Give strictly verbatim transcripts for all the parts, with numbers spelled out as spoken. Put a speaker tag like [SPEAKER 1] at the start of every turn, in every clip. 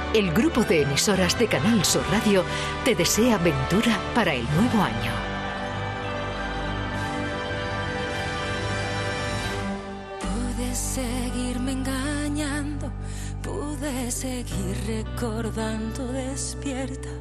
[SPEAKER 1] El grupo de emisoras de Canal Sur Radio te desea ventura para el nuevo año.
[SPEAKER 2] Pude seguirme engañando, pude seguir recordando despierta.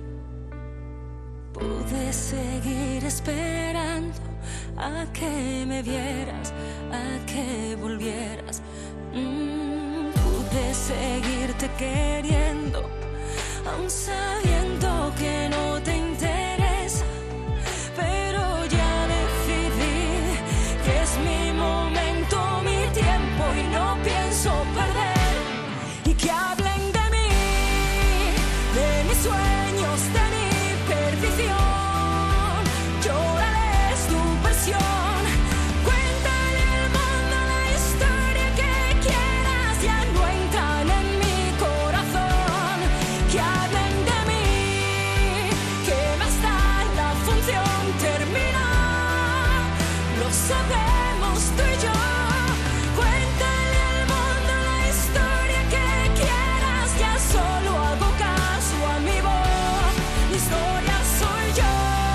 [SPEAKER 2] Pude seguir esperando a que me vieras, a que volvieras. Mm, pude seguirte queriendo, aun sabiendo que no te interesa. Pero ya decidí que es mi momento, mi tiempo y no pienso perder. Y que hablen de mí, de mis sueños, de mi perdición. Llórales tu versión, cuéntale al mundo la historia que quieras. Ya no entran en mi corazón. Que hablen de mí, que más da, la función termina. Lo sabemos tú y yo. Cuéntale al mundo la historia que quieras. Ya solo hago caso a mi voz. Mi historia soy yo.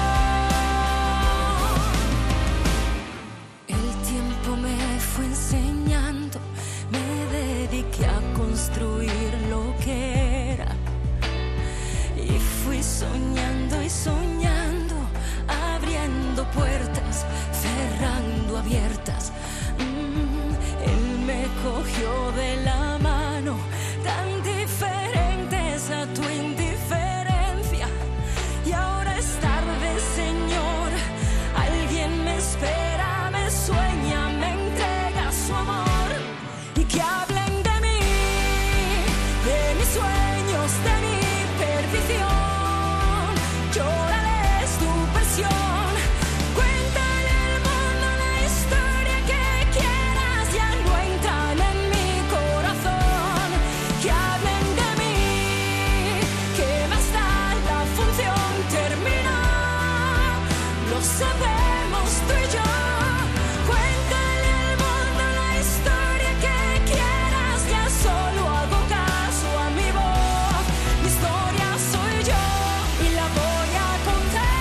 [SPEAKER 2] El tiempo me fue enseñando, me dediqué a construir lo que era. Y fui soñando y soñando, abriendo puertas, cerrando abiertas. Mm, él me cogió de la mano, tan diferentes a tu indiferencia. Y ahora es tarde, Señor. Alguien me espera, me sueña, me entrega su amor. Y que hablen de mí, de mis sueños, de mi perdición. Llórales tu versión, cuéntale al mundo la historia que quieras. Ya no entran en mi corazón. Que hablen de mí, que más da, la función termina. Lo sabemos tú y yo. Cuéntale al mundo la historia que quieras. Ya solo hago caso a mi voz. Mi historia soy yo y la voy a contar.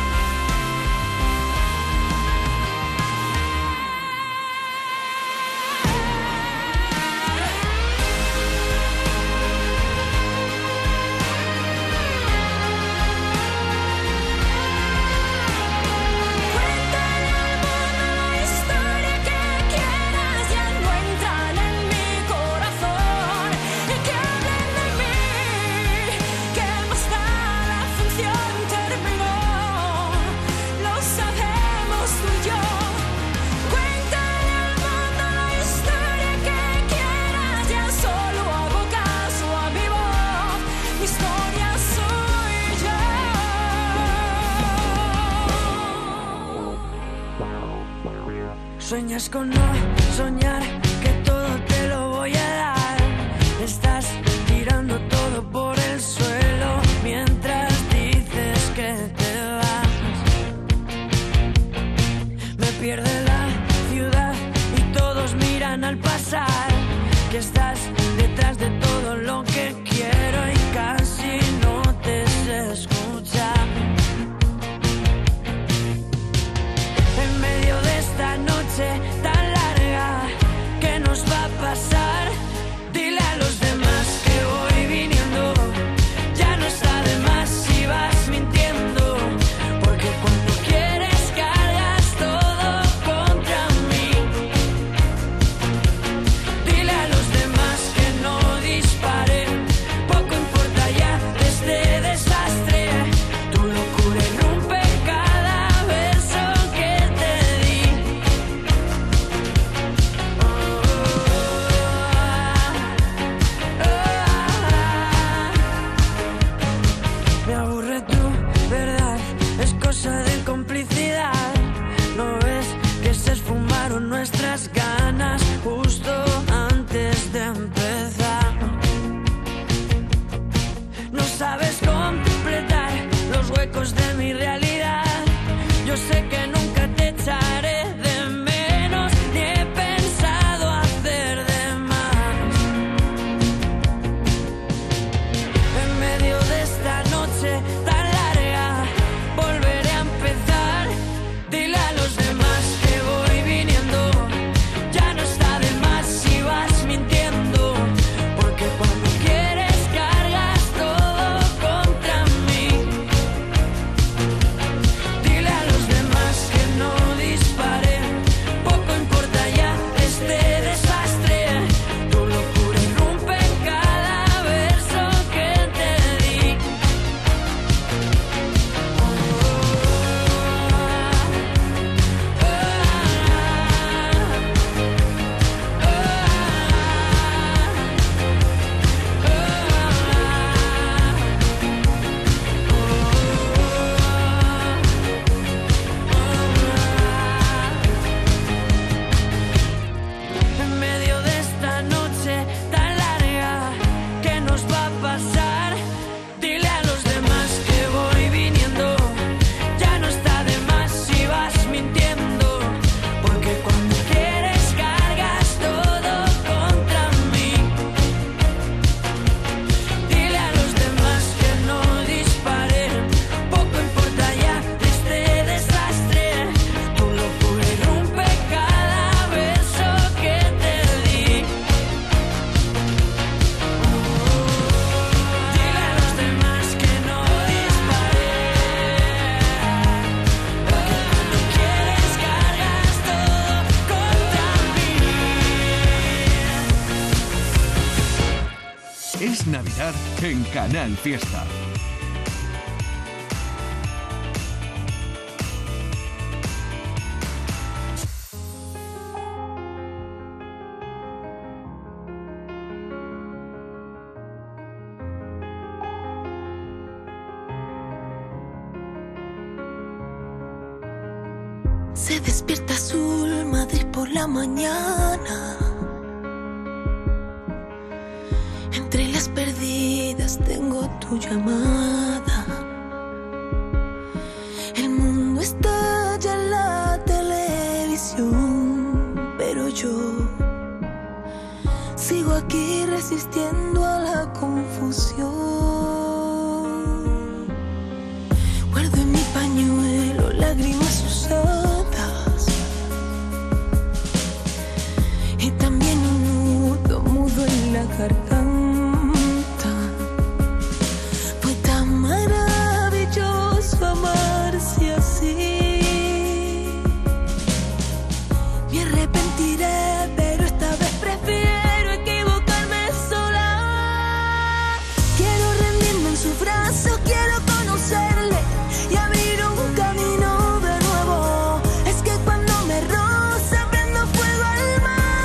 [SPEAKER 2] Cuéntale al mundo la historia que quieras. Ya no entran en mi corazón. Y que hablen de mí, que más da, la función terminó. Lo sabemos tú y yo. Cuéntale al mundo la historia que quieras. Ya solo hago caso a mi voz. Mi historia soy yo.
[SPEAKER 3] Sueñas con no soñar, que todo te lo voy a dar. Estás tirando todo por el suelo mientras dices que te vas. Me pierde la ciudad y todos miran al pasar. Que estás detrás de todo lo que quiero y casi no te sé escuchar. En medio de esta noche tan larga, ¿qué nos va a pasar? Dile a los demás que voy viniendo. Ya no está de más si vas mintiendo, porque cuando quieres cargas todo contra mí. Dile a los demás que no disparen, poco importa ya de este desastre. Tu locura irrumpe cada beso que te di. Oh, oh, oh, oh. Me aburre tu verdad, es cosa de complicidad. ¿No ves que se esfumaron nuestras ganas justo antes de empezar? No sabes completar los huecos de mi realidad. Yo sé que nunca te echaré de menos, ni he pensado hacer de más.
[SPEAKER 4] en Canal Fiesta.
[SPEAKER 2] Se despierta azul Madrid por la mañana. Entre las perdidas tengo tu llamada. El mundo estalla en la televisión, pero yo sigo aquí resistiendo a la confusión. Guardo en mi pañuelo lágrimas usadas y también un nudo mudo en la garganta. Fue tan maravilloso amarse así. Me arrepentiré, pero esta vez prefiero equivocarme sola. Quiero rendirme en su brazo, quiero conocerle y abrir un camino de nuevo. Es que cuando me roza prendo fuego al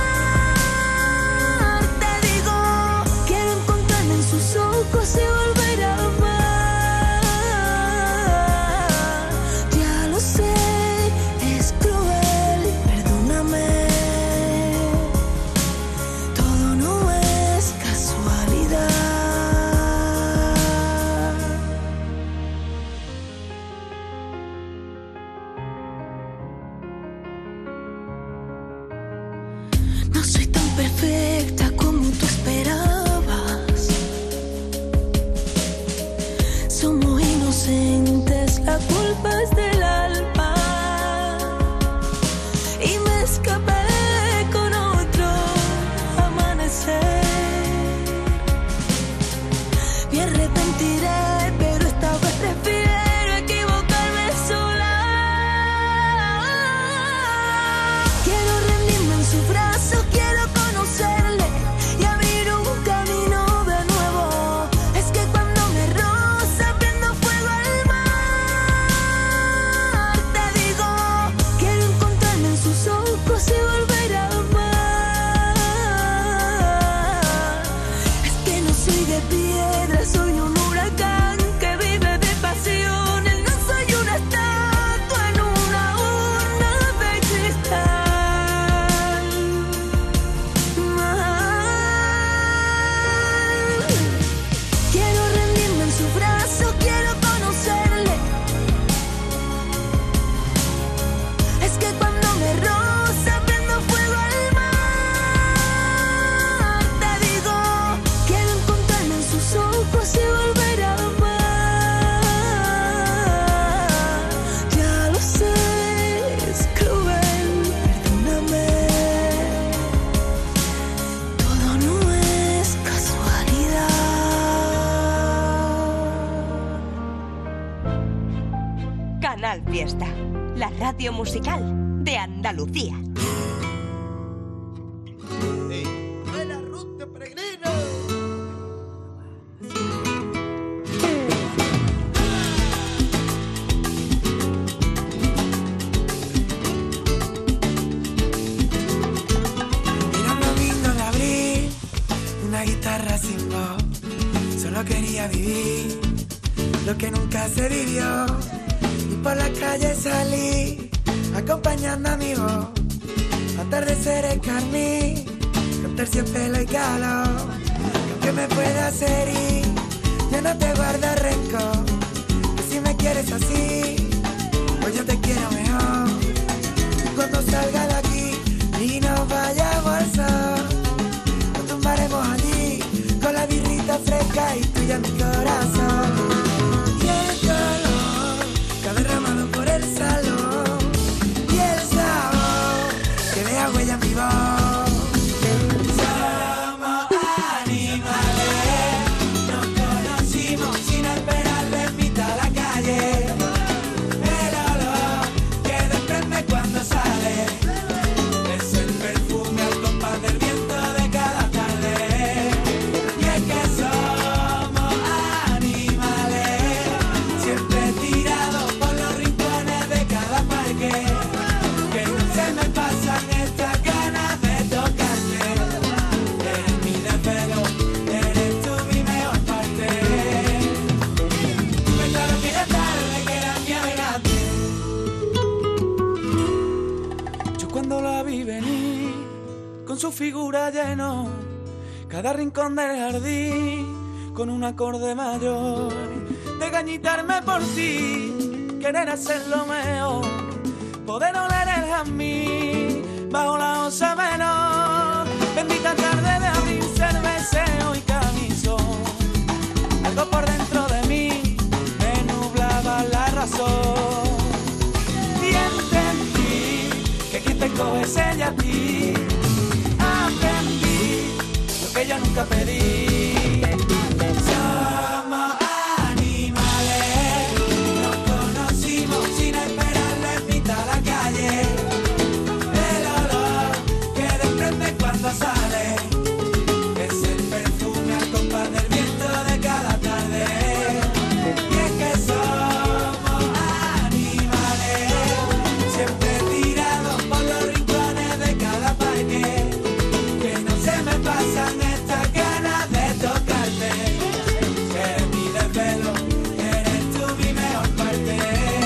[SPEAKER 2] mar. Te digo, quiero encontrarme en sus ojos y volver a amar. Ya lo sé, es cruel, perdóname. Todo no es casualidad. No soy tan perfecta como tú esperabas. Somos inocentes, la culpa es del alma. Y me escapé con otro amanecer. Me arrepentiré, pero esta vez prefiero equivocarme sola. Quiero rendirme en su brazo, quiero conocerle y abrir un camino de nuevo. Es que cuando me roza prendo fuego al mar. Te digo, quiero encontrarme en sus ojos y volver a amar. Es que no soy de piedra, soy un huracán que vive de pasiones. No soy una estatua en una urna de cristal. Quiero rendirme en su brazo, quiero conocerle. Es que cuando me roza prendo fuego al mar. Te digo, quiero encontrarme en sus ojos y volver a amar. Ya lo sé, es cruel, perdóname. Todo no es casualidad.
[SPEAKER 5] Canal Fiesta, la radio musical de Andalucía.
[SPEAKER 3] Era un domingo de abril, una guitarra sin voz. Solo quería vivir lo que nunca se vivió. Y por la calle salí, acompañando a mi voz. Atardeceres carmín, con terciopelo y calor. Que aunque me puedas herir, yo no te guardo rencor. Que si me quieres así, pues yo te quiero mejor. Y cuando salga de aquí y nos vayamos al sol, nos tumbaremos allí con la birrita fresca y tuya mi corazón. Y el color que ha derramado por el salón y el sabor que deja huella en mi voz. Somos animales, nos conocimos sin esperarle en mitad de la calle. El olor que desprende cuando sale es el perfume al compás del viento de cada tarde. Y es que somos
[SPEAKER 4] figura lleno cada rincón del jardín con un acorde mayor, de gañitarme por ti, querer hacer lo mejor, poder oler el jazmín bajo la osa menor, bendita tarde de abril, cerveceo y camisón, algo por dentro de mí me nublaba la razón, y entendí que quien te coge es ella a ti, aprendí lo que yo nunca pedí. Somos animales, nos conocimos sin esperarle en mitad de la calle, el olor que desprende cuando sale es el perfume al compás del viento de cada tarde, y es que somos animales, siempre tirados por los rincones de cada parque, que no se me pasan estas ganas de tocarte, eres mi desvelo, eres tú mi mejor parte.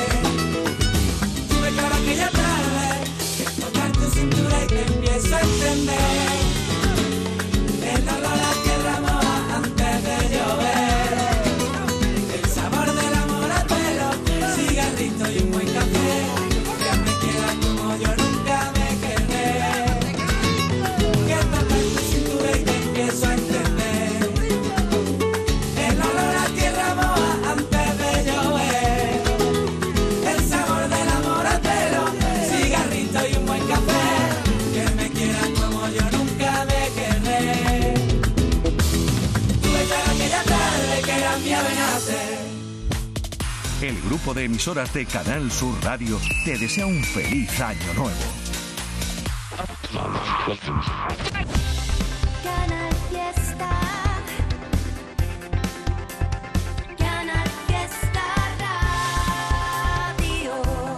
[SPEAKER 4] Tuve claro aquella tarde que tocar tu cintura y te empiezo a entender el olor a tierra moja antes de llover, el sabor del amor a pelo, cigarrito y un buen café, ya me queda como yo nunca me quedé, que tocar tu cintura y te empiezo a entender el olor a tierra moja antes de llover, el sabor del amor a pelo, cigarrito y un buen café, que me quieran como yo nunca me quedé. Tuve claro aquella tarde que era mi ave nacer.
[SPEAKER 6] El grupo de emisoras de Canal Sur Radio te desea un feliz año nuevo.
[SPEAKER 2] Canal Fiesta. Canal Fiesta Radio.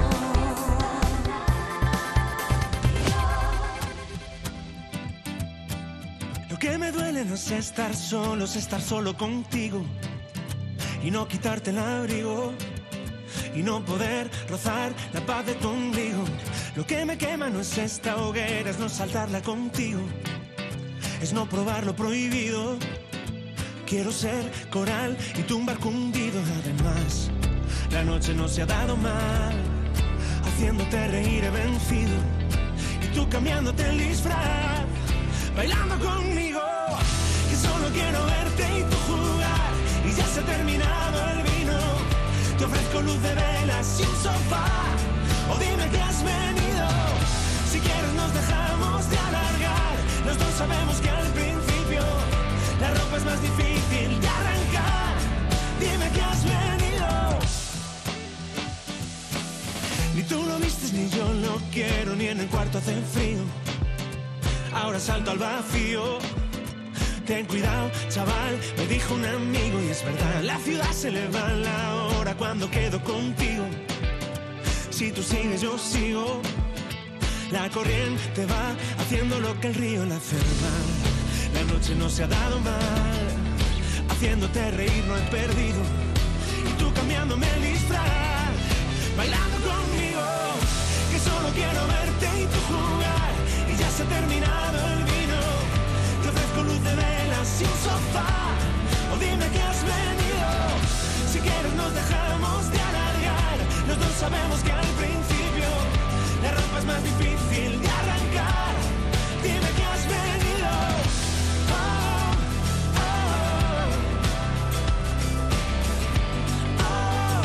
[SPEAKER 7] Lo que me duele no es estar solo, es estar solo contigo y no quitarte el abrigo y no poder rozar la paz de tu ombligo. Lo que me quema no es esta hoguera, es no saltarla contigo, es no probar lo prohibido. Quiero ser coral y tu un barco hundido. Además, la noche no se ha dado mal, haciéndote reír he vencido y tú cambiándote el disfraz, bailando conmigo, que solo quiero verte y tú jugar, y ya se ha terminado el vino. Te ofrezco luz de velas y un sofá, o dime que has venido. Si quieres nos dejamos de alargar, los dos sabemos que al principio la ropa es más difícil de arrancar. Dime que has venido. Ni tú lo vistes ni yo lo quiero, ni en el cuarto hace frío. Ahora salto al vacío. Ten cuidado, chaval, me dijo un amigo, y es verdad, la ciudad se le va la hora cuando quedo contigo. Si tú sigues, yo sigo. La corriente va haciendo lo que el río la hace mal. La noche no se ha dado mal, haciéndote reír no he perdido, y tú cambiándome el disfraz, bailando conmigo, que solo quiero verte y tú jugar, y ya se ha terminado el vino. Te ofrezco luz de velas y un sofá, o dime que has venido. Si quieres nos dejamos de alargar, los dos sabemos que al principio la ropa es más difícil de arrancar. Dime que has venido. Oh, oh, oh,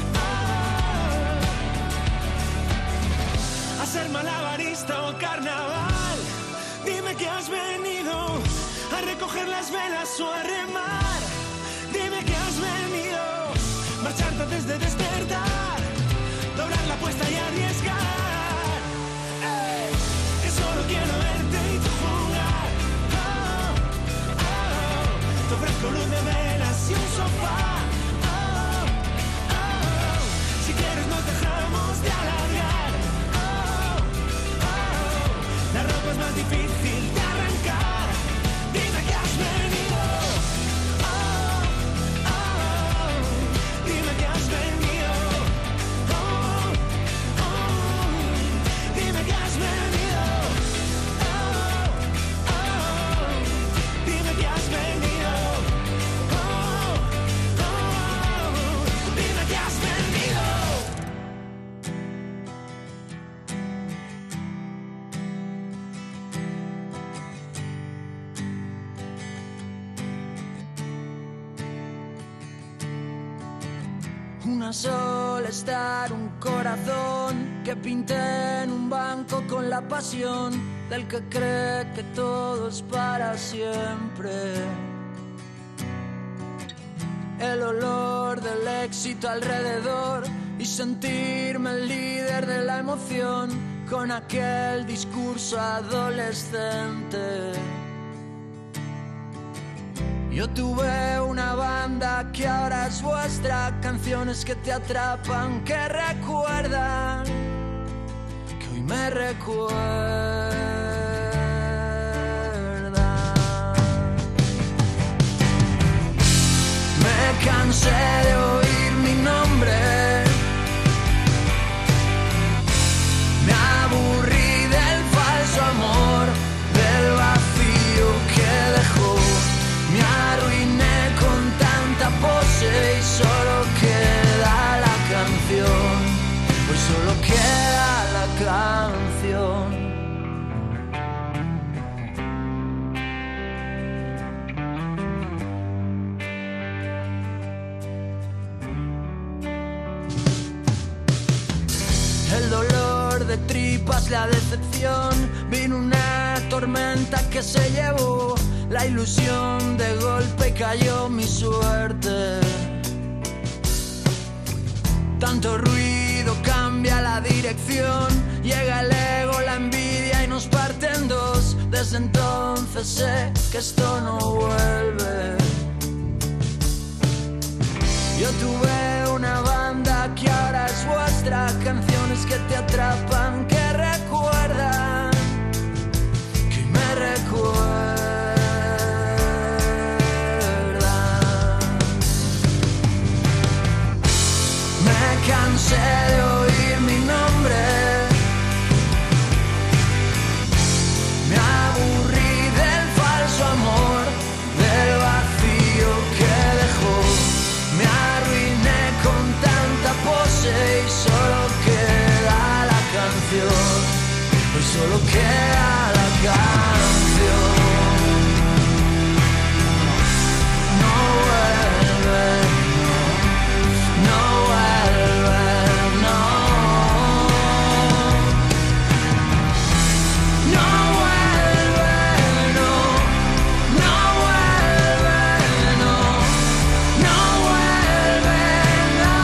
[SPEAKER 7] oh. A ser malabarista o carnaval. Dime que has venido a recoger las velas o a remar. Dime que has venido marcharte antes de despertar, doblar la apuesta y arriesgar. ¡Ey! Que solo quiero verte y tú jugar. Oh, oh. Te ofrezco luz de velas y un sofá. Oh, oh. Si quieres nos dejamos de alargar. Oh, oh. La ropa es más difícil de arrancar. Dime que has venido. Oh, oh. Dime que has venido. Oh, oh. Dime que has venido. Oh,
[SPEAKER 3] Una sola estar, un corazón que pinté en un banco con la pasión del que cree que todo es para siempre. El olor del éxito alrededor y sentirme el líder de la emoción con aquel discurso adolescente. Yo tuve una banda que ahora es vuestra, canciones que te atrapan, que recuerdan, que hoy me recuerdan. Me cansé de oír mi nombre, me aburrí del falso amor, del vacío que dejó. Me arruiné con tanta pose y solo queda la canción. Pues solo queda la canción. El dolor de tripas, la decepción, vino una tormenta que se llevó la ilusión, de golpe cayó mi suerte. Tanto ruido cambia la dirección, llega el ego, la envidia y nos parte en dos. Desde entonces sé que esto no vuelve. Yo tuve una banda que ahora es vuestra, canciones que te atrapan, que recuerdan, que me recuerdan. Me cansé de oír mi nombre, me aburrí del falso amor, del vacío que dejó. Me arruiné con tanta pose y solo queda la canción. Hoy solo queda la canción. No vuelve, no, no vuelve, no. No vuelve, no, no vuelve, no, no vuelve, no.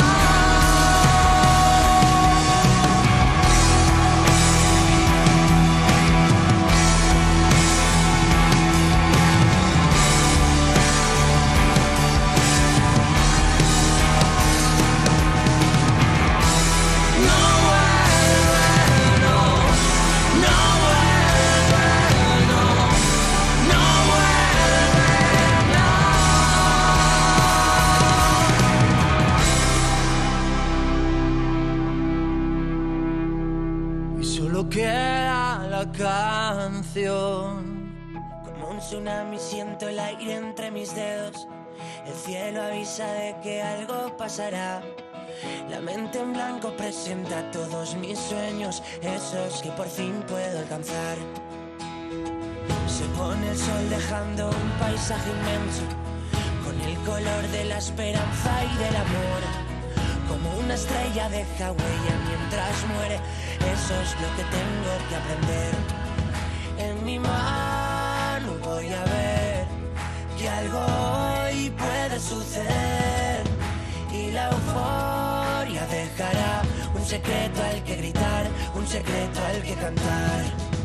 [SPEAKER 3] Y solo queda la canción.
[SPEAKER 8] Como un tsunami siento el aire entre mis dedos. El cielo avisa de que algo pasará. La mente en blanco presenta todos mis sueños, esos que por fin puedo alcanzar. Se pone el sol dejando un paisaje inmenso, con el color de la esperanza y del amor. Como una estrella deja huella mientras muere, eso es lo que tengo que aprender. En mi mano voy a ver que algo hoy puede suceder, y la euforia dejará un secreto al que gritar, un secreto al que cantar.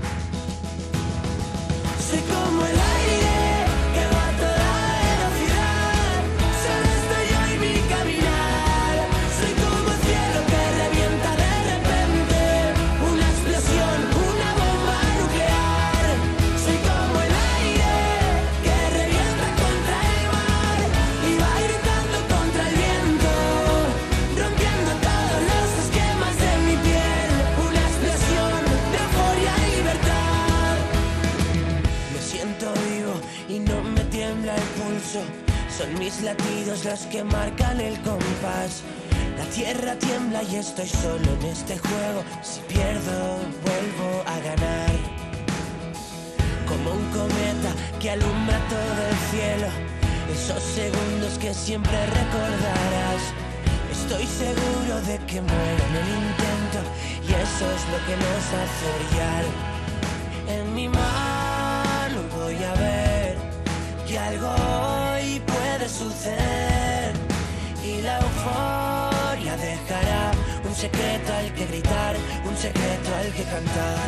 [SPEAKER 8] Soy como el aire que va a toda velocidad, solo estoy yo y mi caminar. Soy como el cielo que revienta de repente, una explosión, una bomba nuclear. Soy como el aire que revienta contra el mar y va gritando contra el viento, rompiendo todos los esquemas de mi piel. Una explosión de euforia y libertad. Me siento vivo y no me tiembla el pulso, son mis latidos los que marcan el compás. La tierra tiembla y estoy solo en este juego, si pierdo vuelvo a ganar. Como un cometa que alumbra todo el cielo, esos segundos que siempre recordarás. Estoy seguro de que muero en el intento y eso es lo que nos hace brillar. En mi mano voy a ver que algo hoy puede suceder y la euforia dejará un secreto al que gritar, un secreto al que cantar.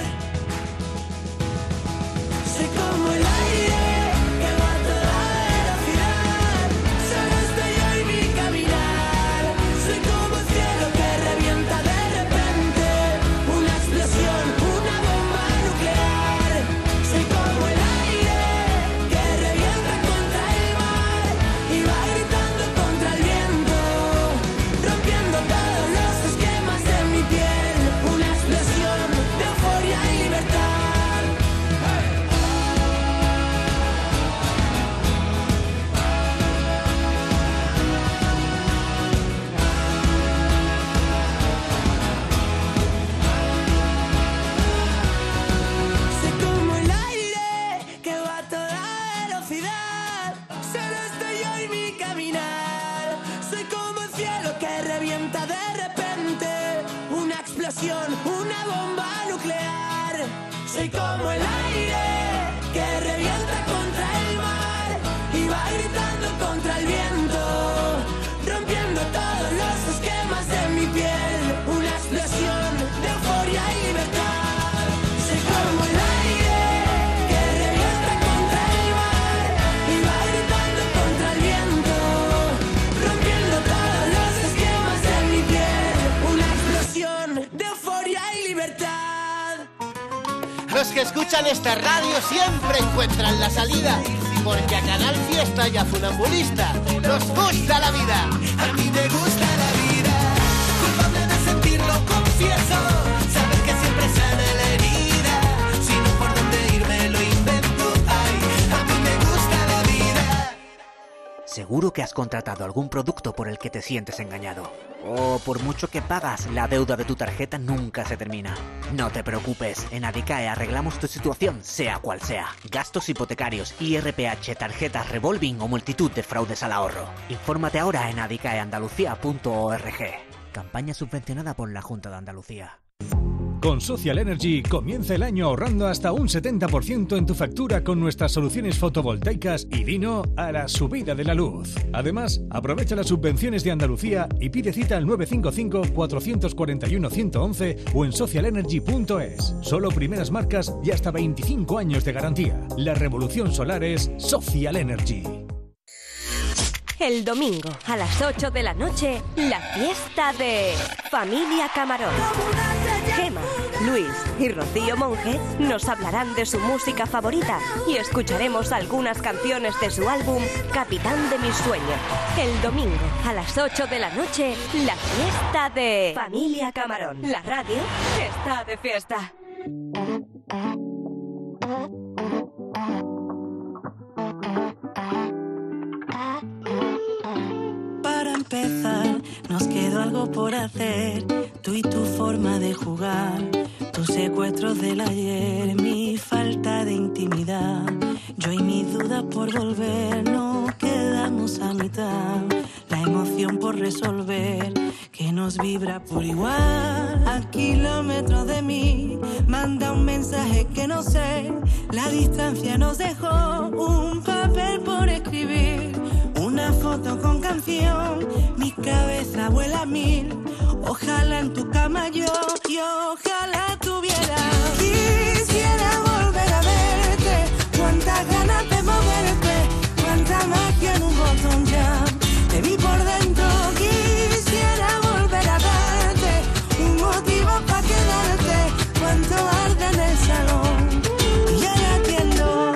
[SPEAKER 8] Soy como el aire que va a toda velocidad, solo estoy yo y mi caminar. Soy como el cielo que revienta de repente, una explosión, una bomba nuclear. Soy como el aire que revienta contra el mar y va gritando contra el viento, rompiendo todos los esquemas de mi piel. Una explosión de euforia y libertad. Soy como el aire que va a toda velocidad, solo estoy yo y mi caminar. Soy como el cielo que revienta de repente, una explosión, una bomba nuclear. Soy como el aire que revienta contra el mar y va gritando contra el viento, rompiendo todos los esquemas de mi piel. Una explosión de euforia y libertad. Soy como el aire que revienta contra el mar y va gritando contra el viento, rompiendo todos los esquemas de mi piel. Una explosión de euforia y libertad.
[SPEAKER 9] Los que escuchan esta radio siempre encuentran la salida, porque a Canal Fiesta y a Funambulista nos gusta la vida.
[SPEAKER 8] A mí me gusta la vida, culpable de sentirlo, confieso. Saber que siempre sana la herida, si no por dónde irme lo invento. Ay, a mí me gusta la vida.
[SPEAKER 10] Seguro que has contratado algún producto por el que te sientes engañado. O por mucho que pagas, la deuda de tu tarjeta nunca se termina. No te preocupes, en Adicae arreglamos tu situación, sea cual sea. Gastos hipotecarios, I R P H, tarjetas revolving o multitud de fraudes al ahorro. Infórmate ahora en adicae andalucía punto org. Campaña subvencionada por la Junta de Andalucía.
[SPEAKER 11] Con Social Energy comienza el año ahorrando hasta un setenta por ciento en tu factura con nuestras soluciones fotovoltaicas y dino a la subida de la luz. Además, aprovecha las subvenciones de Andalucía y pide cita al nueve cinco cinco, cuatro cuatro uno, uno uno uno o en social energy punto es. Solo primeras marcas y hasta veinticinco años de garantía. La revolución solar es Social Energy.
[SPEAKER 5] El domingo a las ocho de la noche, la fiesta de Familia Camarón. Gema, Luis y Rocío Monge nos hablarán de su música favorita y escucharemos algunas canciones de su álbum Capitán de mis sueños. El domingo a las ocho de la noche, la fiesta de Familia Camarón. La radio está de fiesta.
[SPEAKER 3] Para empezar, nos quedó algo por hacer. Tú y tu forma de jugar, tus secuestros del ayer, mi falta de intimidad. Yo y mis dudas por volver, nos quedamos a mitad. La emoción por resolver, que nos vibra por igual. A kilómetros de mí, manda un mensaje que no sé. La distancia nos dejó un papel por escribir. Una foto con canción, mi cabeza vuela a mil. Ojalá en tu cama yo, y ojalá tuviera. Quisiera volver a verte, cuántas ganas de moverte, cuánta magia en un botón ya. Te vi por dentro, quisiera volver a darte un motivo para quedarte, cuánto arde en el salón. Y ahora entiendo.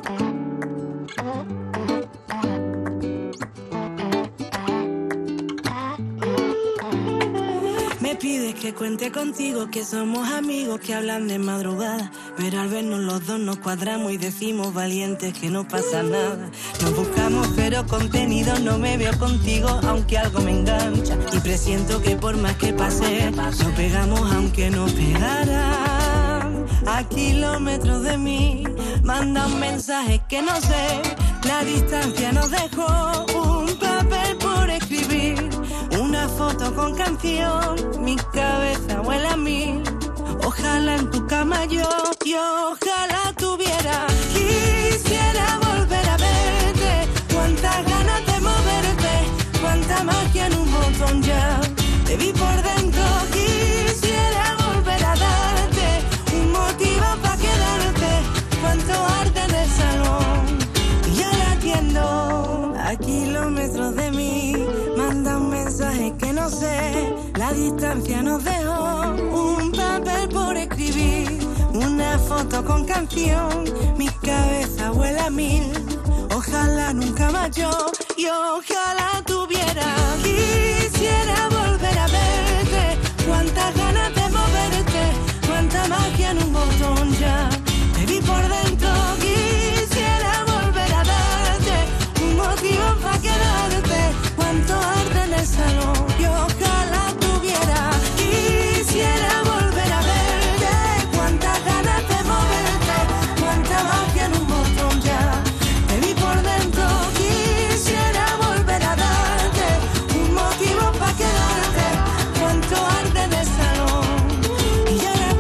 [SPEAKER 3] Me pides que cuente contigo, que somos amigos que hablan de madrugada. Pero al vernos los dos nos cuadramos y decimos valientes que no pasa nada. Nos buscamos pero contenido no me veo contigo, aunque algo me engancha. Y presiento que por más que pase, nos pegamos aunque no pegaran. A kilómetros de mí, manda un mensaje que no sé. La distancia nos dejó un papel por escribir. Una foto
[SPEAKER 8] canción, mi cabeza huele a mí. Ojalá en tu cama yo, yo ojalá tuviera. Quisiera volver a verte, cuántas ganas de moverte, cuánta magia en un botón ya. Te vi por dentro, quisiera volver a darte un motivo para quedarte, cuánto arte en el salón. Y yo la atiendo a kilómetros de mí, manda un mensaje que no sé, la distancia nos dejó un papel por escribir, una foto con canción, mi cabeza huele a mil. Ojalá nunca más yo, y ojalá tuviera. Quisiera volver a verte, cuántas ganas de moverte, cuánta magia en un botón ya. Te vi por dentro, quisiera volver a darte un motivo para quedarte, cuánto arte en el salón, y ojalá tuviera. Quisiera volver a verte, cuántas ganas de moverte, cuánta magia en un botón ya. Te vi por dentro, quisiera volver a darte un motivo para quedarte, cuánto arte en el salón, y yo la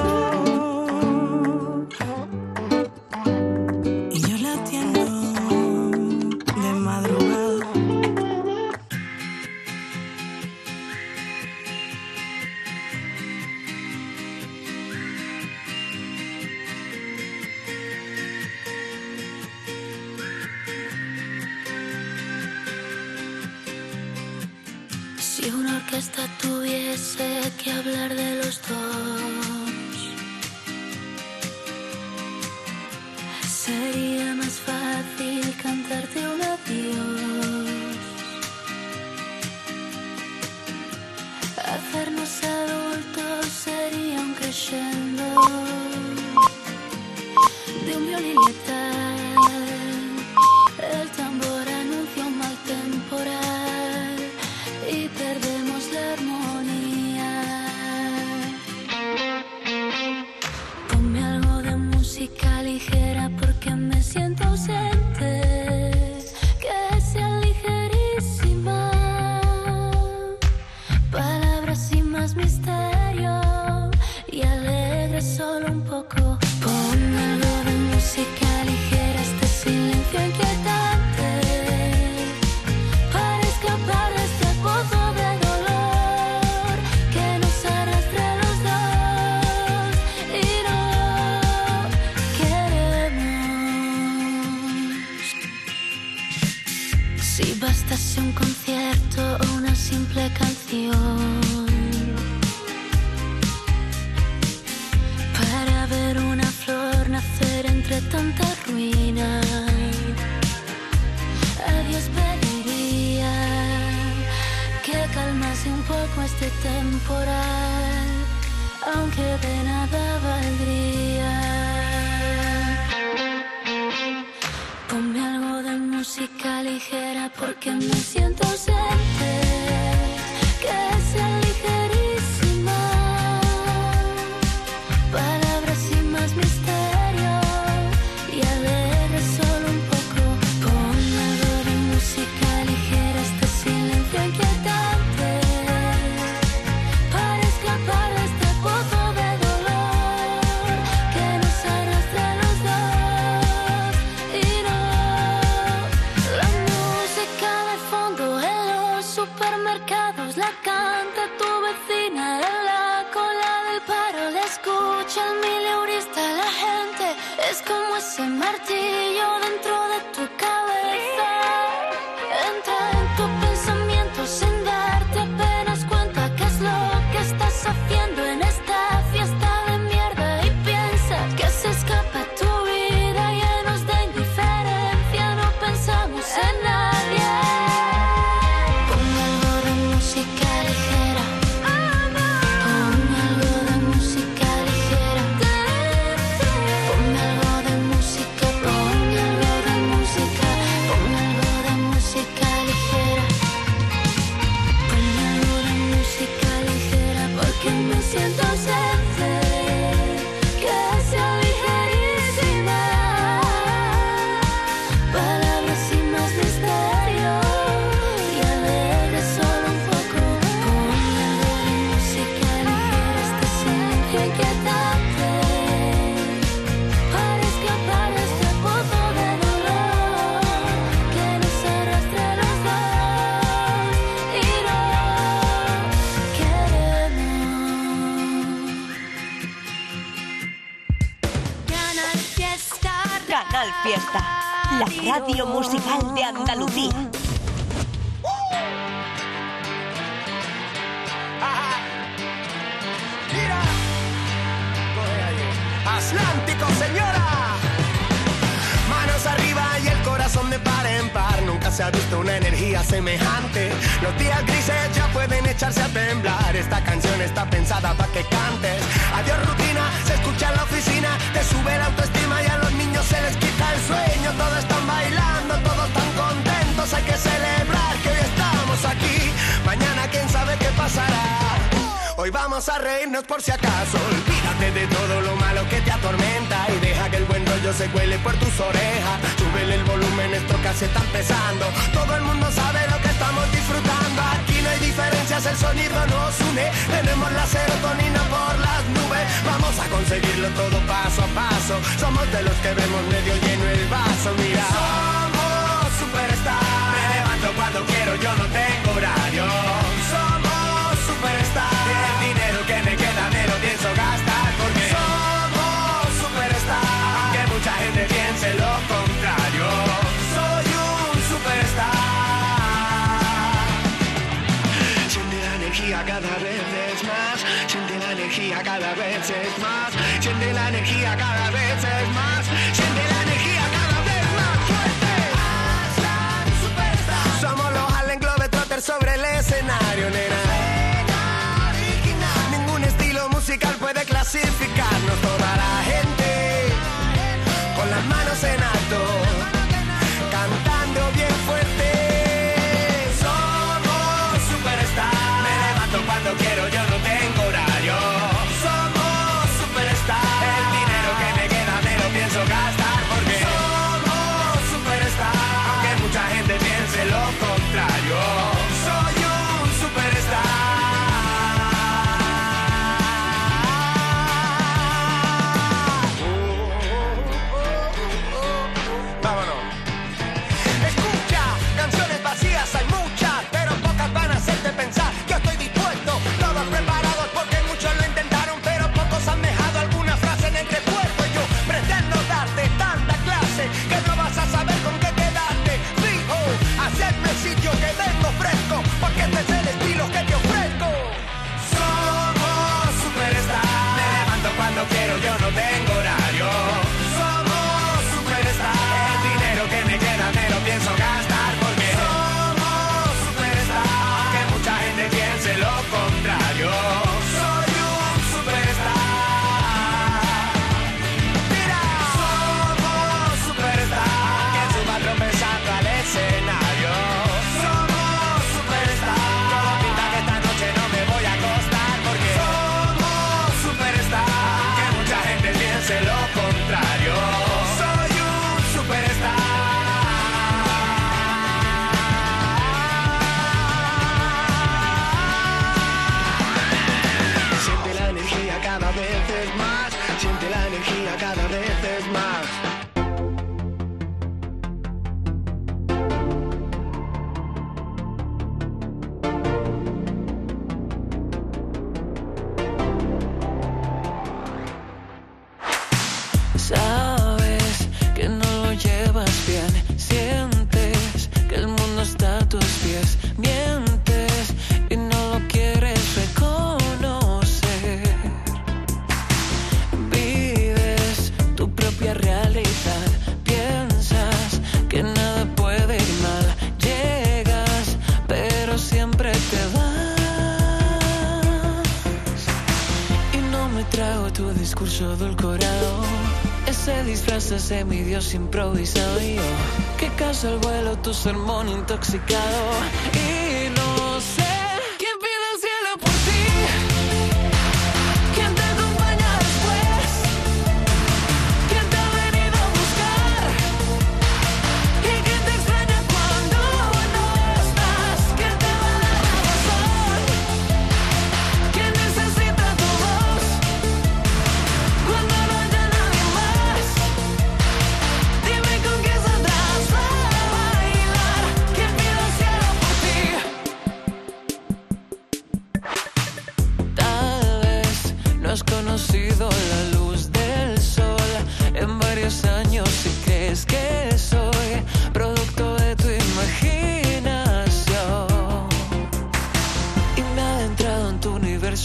[SPEAKER 8] atiendo, y yo la atiendo de madrugada.
[SPEAKER 2] Si una orquesta tuviese que hablar de los dos, sería más fácil cantarte un adiós, hacernos adultos sería un crescendo de un violín letal, el tambor anuncia un mal temporal y perdemos la armonía. Ponme algo de música ligera porque me siento ausente, que sea ligerísima, palabras sin más misterio y alegre solo un poco. Ponme algo de música ligera, este silencio inquietante, para escapar de este pozo de dolor que nos arrastra a los dos y no queremos. Si bastase un concierto o una simple canción para ver una flor nacer entre tanta ruina, a Dios pediría que calmase un poco este temporal, aunque de nada valdría. Ponme algo de música ligera porque me siento ausente, que sea ligerísima, palabras sin más misterio y alegre solo un poco. Ponme algo de música ligera, este silencio inquietante, para escapar de este pozo de dolor que nos arrastra a los dos y no. La música de fondo en los supermercados la canta tu vecina en la cola del paro, la escucha el mileurista, la gente es como ese martillo dentro de tu cabeza, entra en tu pensamiento sin darte apenas cuenta qué es lo que estás haciendo en esta fiesta de mierda y piensas que se escapa tu vida llenos de indiferencia, no pensamos en nadie. Ponme algo de música ligera.
[SPEAKER 5] Canal Fiesta, la radio musical de Andalucía.
[SPEAKER 12] Mira, Atlántico, señora. Manos arriba y el corazón de par en par. Nunca se ha visto una energía semejante. Los días grises ya pueden echarse a temblar. Esta canción está pensada para que cantes. Adiós rutina, se escucha en la oficina. Te sube la autoestima y a los niños se les quita el sueño. Todos están bailando, todos están contentos. Hay que celebrar que hoy estamos aquí. Mañana quién sabe qué pasará. Hoy vamos a reírnos por si acaso. Olvídate de todo lo malo que te atormenta y deja que el buen rollo se cuele por tus orejas. Súbele el volumen, esto casi está empezando. Todo el mundo sabe lo que estamos disfrutando. Aquí no hay diferencias, el sonido nos une. Tenemos la serotonina por las nubes. Vamos a conseguirlo todo paso a paso. Somos de los que vemos medio lleno el vaso. Mira, somos superstar. Me levanto cuando quiero, yo no tengo horario. Somos superstar. El dinero que me queda me lo pienso gastar porque somos superstar. Aunque mucha gente piense lo contrario, soy un superstar. Siente la energía cada vez es más. Siente la energía cada vez es más. Siente la energía cada vez es más. Siente la energía cada vez más fuerte. Aslan Superstar. Somos los Harlem Globetrotters sobre el escenario, nena. Musical puede clasificarnos toda la gente con las manos en alto, cantando bien fuerte. Somos superstar. Me levanto cuando quiero, yo no tengo horario. Somos superstar. El dinero que me queda me lo pienso gastar porque somos superstar. Aunque mucha gente piense lo contrario, soy un superstar. Hay muchas, pero pocas van a hacerte pensar que estoy dispuesto. Todos preparados porque muchos lo intentaron, pero pocos han dejado alguna frase en el recuerdo. Y yo pretendo darte tanta clase que no vas a saber con qué quedarte. Fijo, hacerme el sitio que vengo fresco, porque este es el estilo que te ofrezco. Somos superstar. Me levanto cuando quiero, yo no tengo horario. Somos superstar. El dinero que me queda me lo pienso gastar porque piense lo contrario, soy un superstar. Mira, somos superstar. Quien suba tropezando al escenario. Somos superstar. Todo pinta que esta noche no me voy a acostar porque somos superstar. Que mucha gente piense lo contrario, soy un superstar. Cada vez es más, siente la energía cada vez es más.
[SPEAKER 2] Sabes que no lo llevas bien, sientes que el mundo está a tus pies, mientes y no lo quieres reconocer. Realidad, piensas que nada puede ir mal, llegas pero siempre te vas y no me trago tu discurso edulcorado, ese disfraz de mi Dios improvisado y yo que caso el vuelo tu sermón intoxicado y no sé.
[SPEAKER 8] Dime con qué saldrás a bailar. ¿Quién pide el cielo por ti?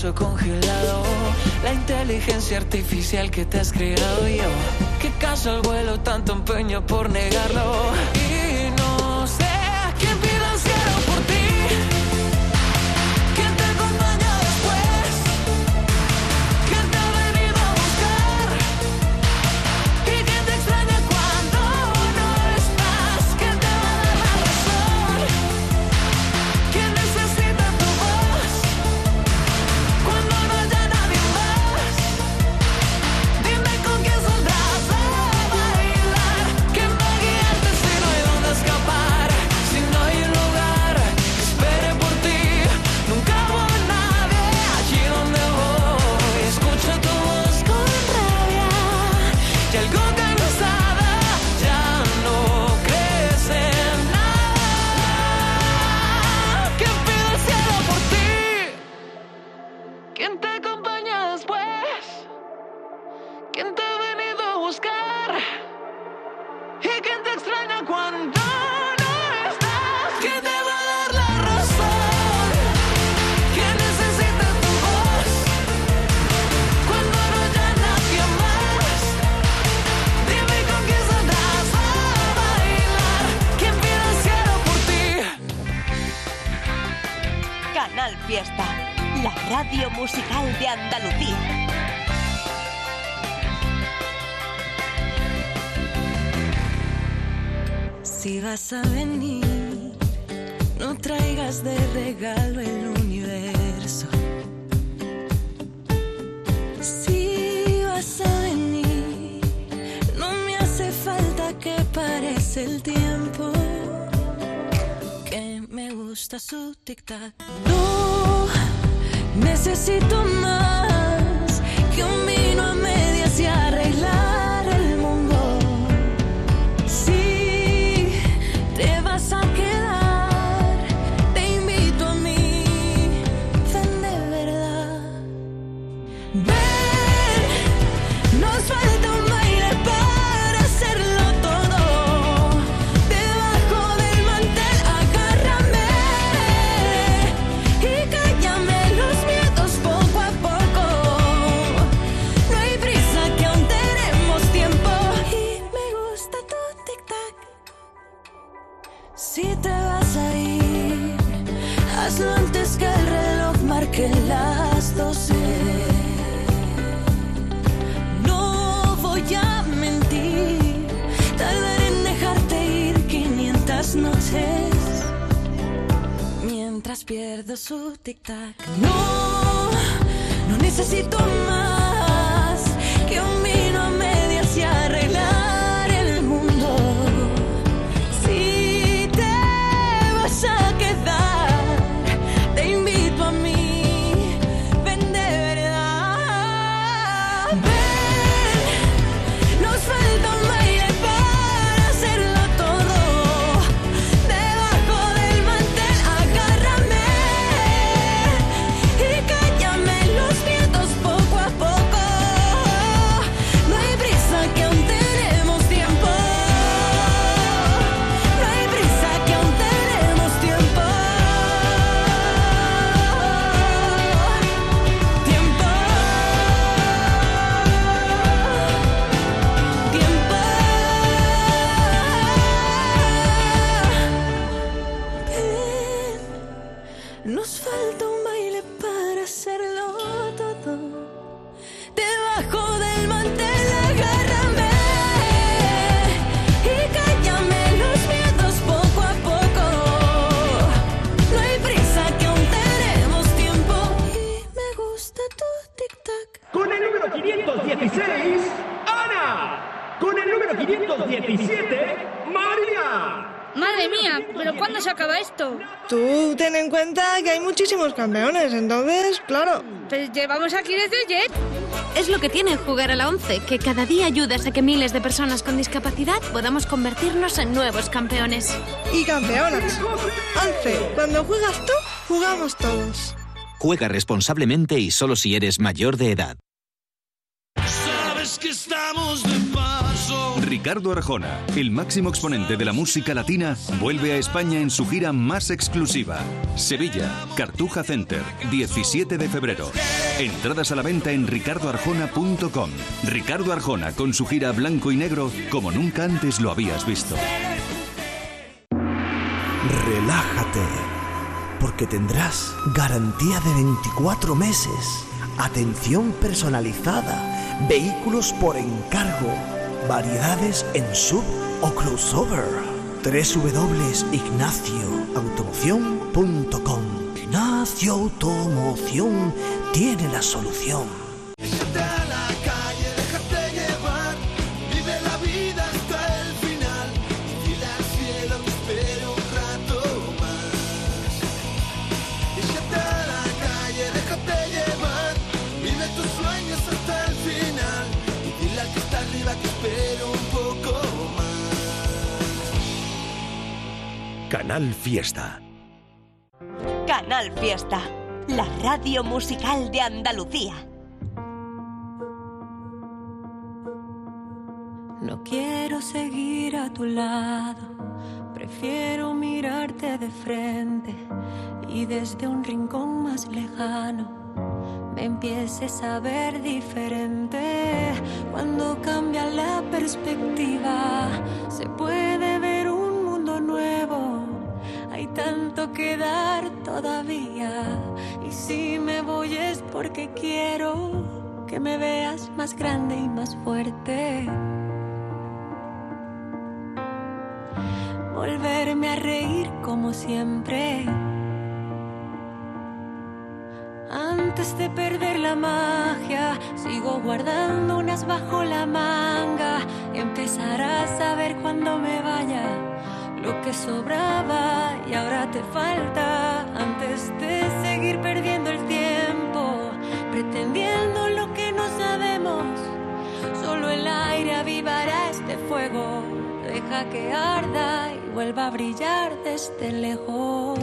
[SPEAKER 3] universo congelado, la inteligencia artificial que te has creado yo. ¿Qué caso al vuelo, tanto empeño por negarlo? Y no sé a quién pido el cielo por ti, quién te acompaña después, quién te ha venido a buscar y quién te extraña cuando no estás, quién te va a dar la razón, quién necesita tu voz cuando no haya nadie más. Dime con quién saldrás a bailar, quién va a guiarte si no hay dónde escapar, si no hay un lugar que espere por ti. Nunca hubo nadie allí donde voy. Escucho tu voz con rabia y algo cansada, ya no crees en nada. ¿Quién pide el cielo por ti? ¿Quién te acompaña después? ¿Quién te ha venido a buscar? ¿Y quién te extraña cuando no estás? ¿Quién te va a dar la razón? ¿Quién necesita tu voz cuando no haya nadie más? Dime con quién saldrás a bailar, ¿quién pide el cielo por ti?
[SPEAKER 5] Canal Fiesta, la radio musical de Andalucía.
[SPEAKER 2] Si vas a venir, no traigas de regalo el universo. Si vas a venir, no me hace falta que parece el tiempo, que me gusta su tic-tac. No necesito más que un vino a medias y arreglar el mundo. Si te vas a quedar, te invito a mí, ven de verdad. Ven, nos falta un baile para hacerlo todo. Debajo del mantel, agárrame y cállame los miedos poco a poco. No hay prisa que aún tenemos tiempo y me gusta tu tic-tac. Si te vas a ir, hazlo antes que el reloj marque las doce. No voy a mentir, tardaré en dejarte ir quinientas noches mientras pierdo su tic-tac. No, no necesito más que un vino a medias y arreglar el mundo. Si te vas a quedar, te invito a mí, ven de verdad. Ven, nos falta un baile para hacerlo todo. Debajo del mantel, agárrame y cállame los miedos poco a poco. No hay prisa que aún tenemos tiempo. No hay prisa que aún tenemos tiempo. Tiempo. Tiempo. Ven, nos falta un baile para hacerlo todo. Debajo del mantel, agárrame y cállame los miedos poco a poco. No hay prisa que aún tenemos tiempo y me gusta tu tic-tac.
[SPEAKER 13] Con el número quinientos dieciséis, Ana. Con el número quinientos diecisiete, María.
[SPEAKER 14] Madre mía, ¿pero cuándo se acaba esto?
[SPEAKER 15] Tú ten en cuenta que hay muchísimos campeones, entonces, claro.
[SPEAKER 14] Pues llevamos aquí desde ayer.
[SPEAKER 16] Es lo que tiene jugar a la ONCE, que cada día ayudas a que miles de personas con discapacidad podamos convertirnos en nuevos campeones.
[SPEAKER 15] Y campeonas. ONCE, cuando juegas tú, jugamos todos.
[SPEAKER 17] Juega responsablemente y solo si eres mayor de edad.
[SPEAKER 7] Sabes que estamos de paso.
[SPEAKER 6] Ricardo Arjona, el máximo exponente de la música latina, vuelve a España en su gira más exclusiva. Sevilla, Cartuja Center, diecisiete de febrero. Entradas a la venta en ricardo arjona punto com. Ricardo Arjona con su gira blanco y negro como nunca antes lo habías visto.
[SPEAKER 18] Relájate, porque tendrás garantía de veinticuatro meses, atención personalizada, vehículos por encargo, variedades en sub o crossover. doble u doble u doble u punto ignacio automoción punto com. Ignacio Automoción tiene la solución.
[SPEAKER 8] Échate a la calle, déjate llevar, vive la vida hasta el final. Y dile al cielo que espere un rato más. Échate a la calle, déjate llevar, vive tus sueños hasta el final. Y dile al que está arriba que espere un poco más.
[SPEAKER 19] Canal Fiesta.
[SPEAKER 5] Canal Fiesta, la radio musical de Andalucía.
[SPEAKER 2] No quiero seguir a tu lado, prefiero mirarte de frente y desde un rincón más lejano me empieces a ver diferente. Cuando cambia la perspectiva, se puede ver un mundo nuevo. Hay tanto que dar todavía, y si me voy es porque quiero que me veas más grande y más fuerte. Volverme a reír como siempre. Antes de perder la magia, sigo guardando unas bajo la manga. Empezarás a ver cuando me vaya lo que sobraba y ahora te falta. Antes de seguir perdiendo el tiempo, pretendiendo lo que no sabemos, solo el aire avivará este fuego. Deja que arda y vuelva a brillar desde lejos.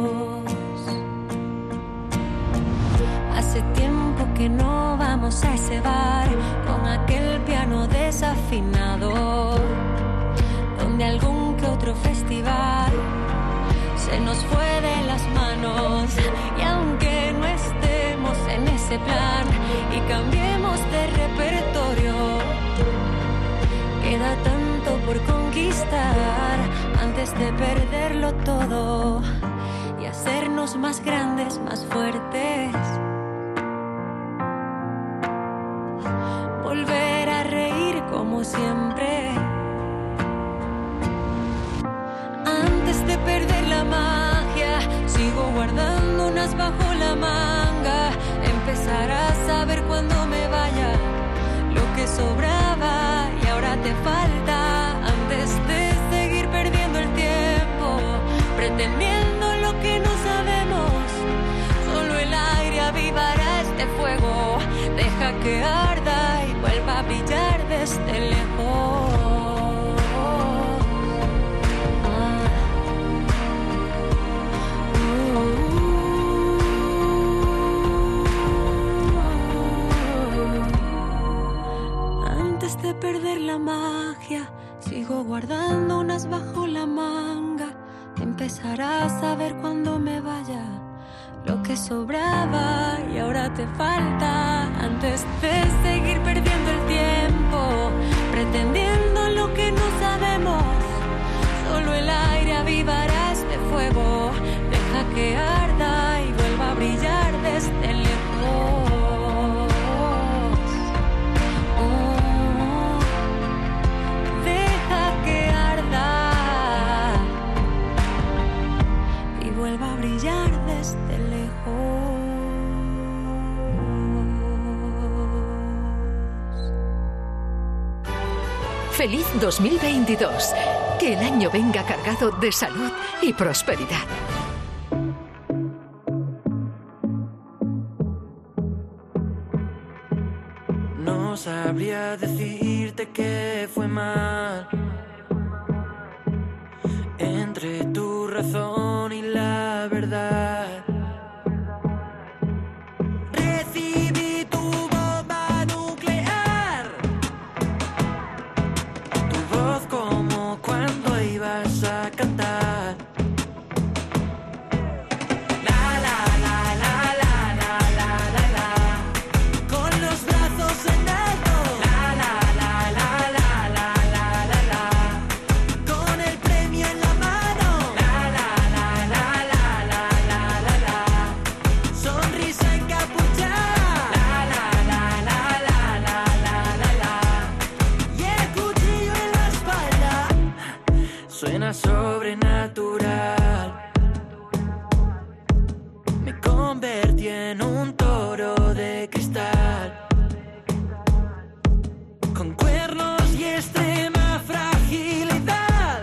[SPEAKER 2] Hace tiempo que no vamos a ese bar con aquel piano desafinado, donde algún que otro festival se nos fue de las manos. Y aunque no estemos en ese plan y cambiemos de repertorio, queda tanto por conquistar antes de perderlo todo y hacernos más grandes, más fuertes. Volver a reír como siempre. Antes de perder la magia, sigo guardando unas bajo la manga. Empezarás a ver cuando me vaya lo que sobraba y ahora te falta. Antes de seguir perdiendo el tiempo, pretendiendo lo que no sabemos, solo el aire avivará este fuego. Deja que arda y vuelva a brillar desde lejos. Antes de perder la magia, sigo guardando unas bajo la manga. Empezarás a ver cuando me vaya lo que sobraba y ahora te falta. Antes de seguir perdiendo el tiempo, pretendiendo lo que no sabemos, solo el aire avivará este fuego. Deja que arda y vuelva a brillar desde lejos. Vuelva a brillar desde lejos.
[SPEAKER 1] Feliz dos mil veintidós. Que el año venga cargado de salud y prosperidad.
[SPEAKER 3] No sabría decirte que fue mal entre tu razón y la verdad. Recibí tu bomba nuclear, tu convertí en un toro de cristal, con cuernos y extrema fragilidad.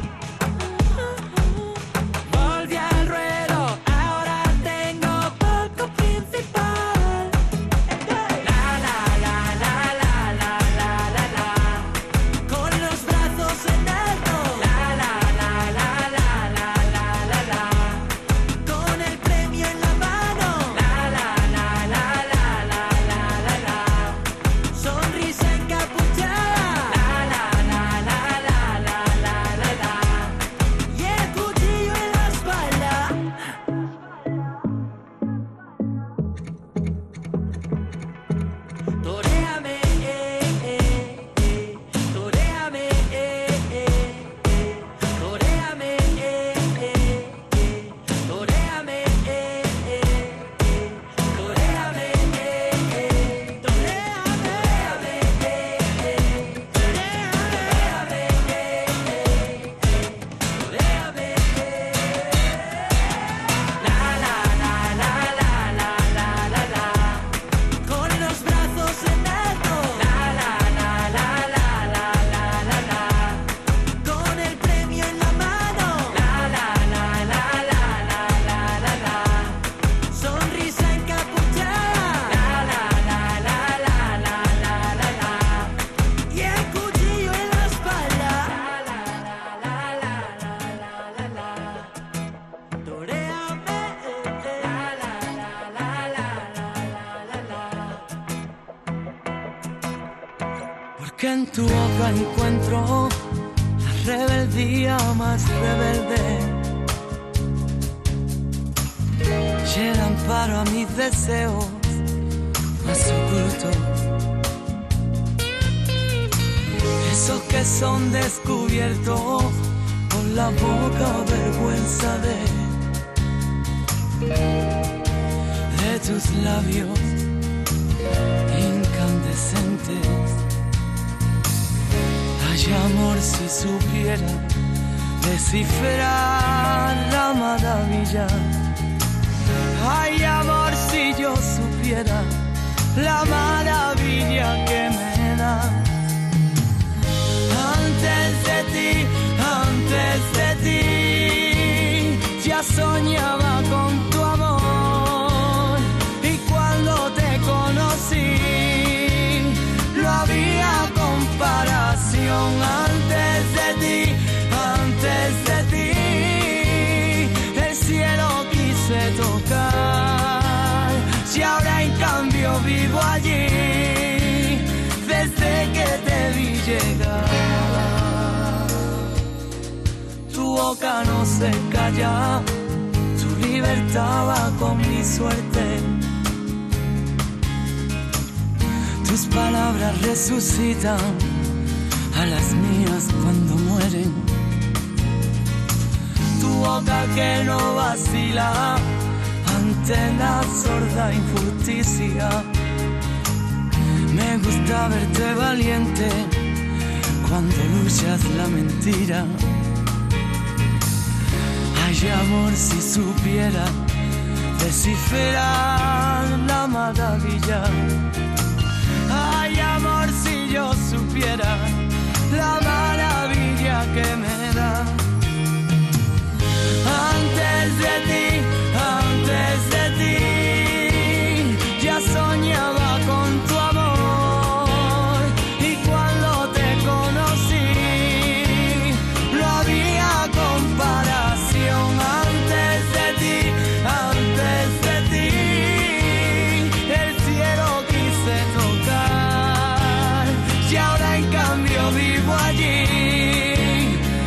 [SPEAKER 3] Volví al ruedo, ahora tengo poco principal. La la la la la la la la la, con los brazos en alto. La la la la la la la la la, con el premio en la mano. La la la la la la la la la, sonrisa encapuchada. La la la la la la la la la, y el cuchillo en la espalda. Toréame, eh, eh, eh, toréame, eh, eh, eh, toréame, eh, eh, eh, toréame, eh, eh, eh, toréame, eh, eh, toréame, toréame, eh, eh, toréame, eh, eh, toréame, la la la la la la la la la, con los brazos en alto. La la la la la la la la la, con el premio en la mano. La la la la la la la la la, sonrisa encapuchada. La la la la la la la la la, y el cuchillo en la espalda. La la la la la la la la, toréame, la la la la la la la. Porque en tu boca encuentro la rebeldía más rebelde, y el amparo a mis deseos más ocultos, esos que son descubiertos por la poca vergüenza de, de tus labios incandescentes. Ay, amor, si supiera descifrar la maravilla. Ay, amor, si yo supiera la maravilla que me da. Antes de ti, antes de ti, ya soñaba con tu amor. Y cuando te conocí, no había comparación. Antes de ti, antes de ti, el cielo quise tocar. Si ahora en cambio vivo allí, desde que te vi llegar. Tu boca no se calla, tu libertad va con mi suerte. Tus palabras resucitan a las mías cuando mueren. Tu boca que no vacila ante la sorda injusticia. Me gusta verte valiente cuando luchas la mentira. Ay, amor, si supiera descifrar la maravilla. Ay, amor, si yo supiera la maravilla que me da. Antes de ti, antes de ti, ya soñaba con tu amor. Y cuando te conocí, no había comparación. Antes de ti, antes de ti, el cielo quise tocar. Y ahora en cambio vivo allí,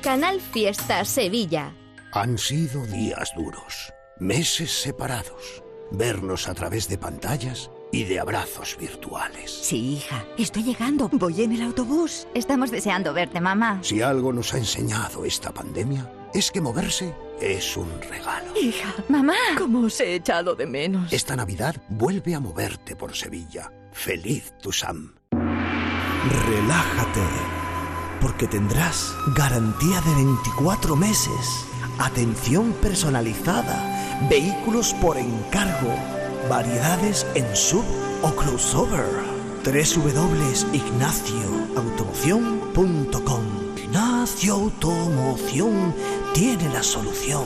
[SPEAKER 19] Canal Fiesta Sevilla.
[SPEAKER 20] Han sido días duros, meses separados, vernos a través de pantallas y de abrazos virtuales.
[SPEAKER 21] Sí, hija, estoy llegando. Voy en el autobús. Estamos deseando verte, mamá.
[SPEAKER 20] Si algo nos ha enseñado esta pandemia, es que moverse es un regalo.
[SPEAKER 21] Hija, mamá, ¿cómo os he echado de menos?
[SPEAKER 20] Esta Navidad vuelve a moverte por Sevilla. Feliz Tusam.
[SPEAKER 18] Relájate, porque tendrás garantía de veinticuatro meses, atención personalizada, vehículos por encargo, variedades en sub o crossover. doble u doble u doble u punto ignacio automoción punto com. Ignacio Automoción tiene la solución.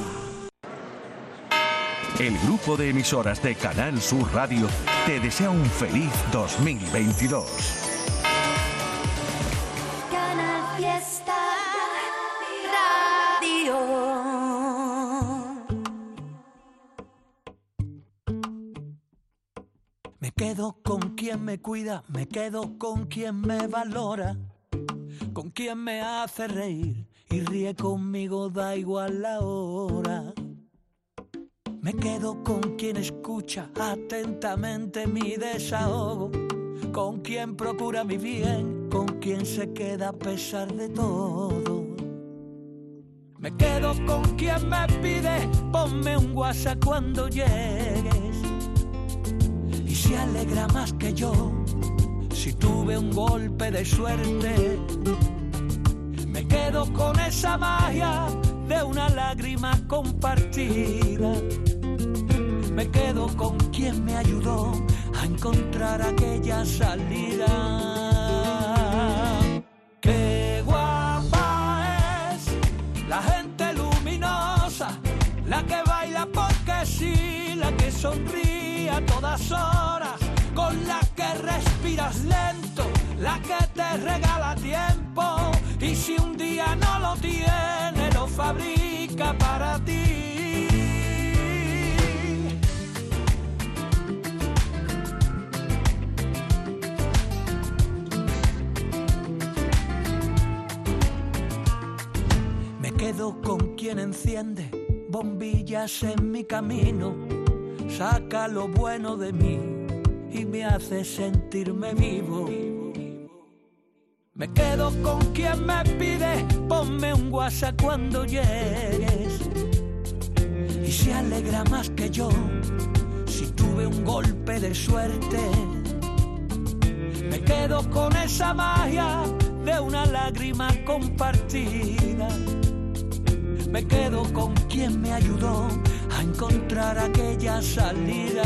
[SPEAKER 22] El grupo de emisoras de Canal Sur Radio te desea un feliz dos mil veintidós.
[SPEAKER 2] Canal Fiesta Radio.
[SPEAKER 23] Me quedo con quien me cuida, me quedo con quien me valora, con quien me hace reír y ríe conmigo, da igual la hora. Me quedo con quien escucha atentamente mi desahogo, con quien procura mi bien, con quien se queda a pesar de todo. Me quedo con quien me pide, ponme un WhatsApp cuando llegues, y se alegra más que yo si tuve un golpe de suerte. Me quedo con esa magia de una lágrima compartida. Me quedo con quien me ayudó a encontrar aquella salida. Qué guapa es la gente luminosa, la que baila porque sí, la que sonríe a todas horas, con la que respiras lento, la que te regala tiempo, y si un día no lo tiene, lo fabrica para ti. Me quedo con quien enciende bombillas en mi camino, saca lo bueno de mí y me hace sentirme vivo. Me quedo con quien me pide, ponme un WhatsApp cuando llegues, y se alegra más que yo si tuve un golpe de suerte. Me quedo con esa magia de una lágrima compartida. Me quedo con quien me ayudó a encontrar aquella salida.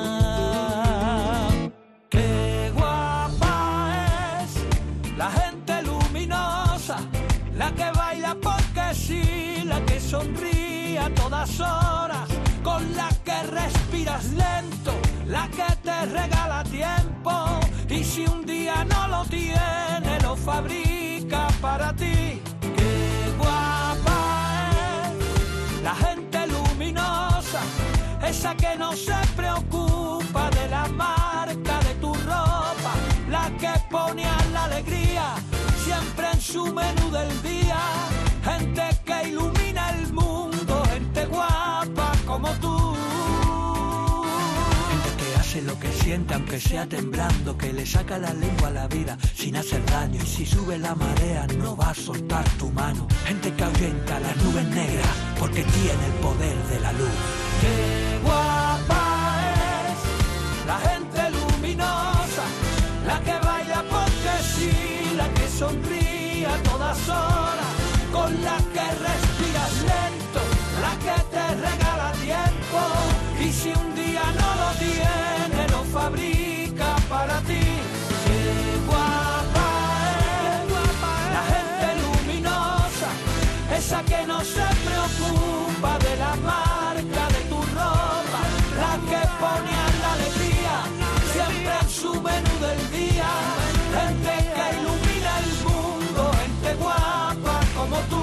[SPEAKER 23] Qué guapa es la gente luminosa, la que baila porque sí, la que sonríe a todas horas, con la que respiras lento, la que te regala tiempo, y si un día no lo tiene, lo fabrica para ti. Qué guapa es la gente luminosa, esa que no se preocupa de la marca de tu ropa, la que pone a la alegría siempre en su menú del día. Gente que ilumina el mundo, gente guapa como tú. Gente que hace lo que siente aunque sea temblando, que le saca la lengua a la vida sin hacer daño, y si sube la marea no va a soltar tu mano. Gente que ahuyenta las nubes negras porque tiene el poder de la luz. Qué guapa es la gente luminosa, la que baila porque sí, la que sonríe a todas horas, con la que respiras lento, la que te regala tiempo, y si un día no lo tiene, lo fabrica para ti. Qué guapa es la gente luminosa, esa que no se preocupa de la marca de tu ropa, la que pone a la alegría siempre en su menú del día. Gente que ilumina el mundo, gente guapa como tú.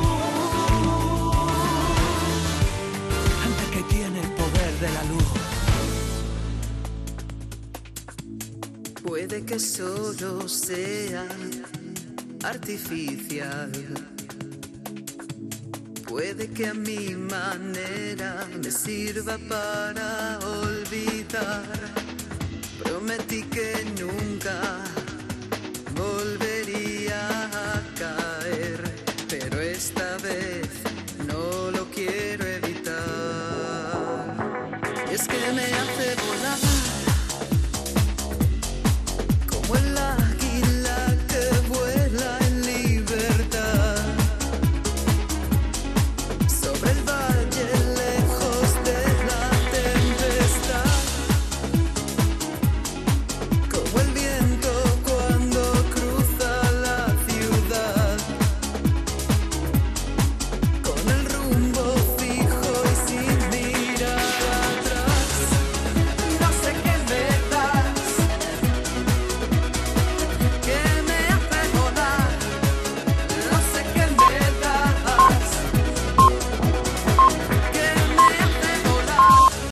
[SPEAKER 23] Gente que tiene el poder de la luz.
[SPEAKER 24] Puede que solo sea artificial,
[SPEAKER 4] Puede que a mi manera me sirva para olvidar. Prometí que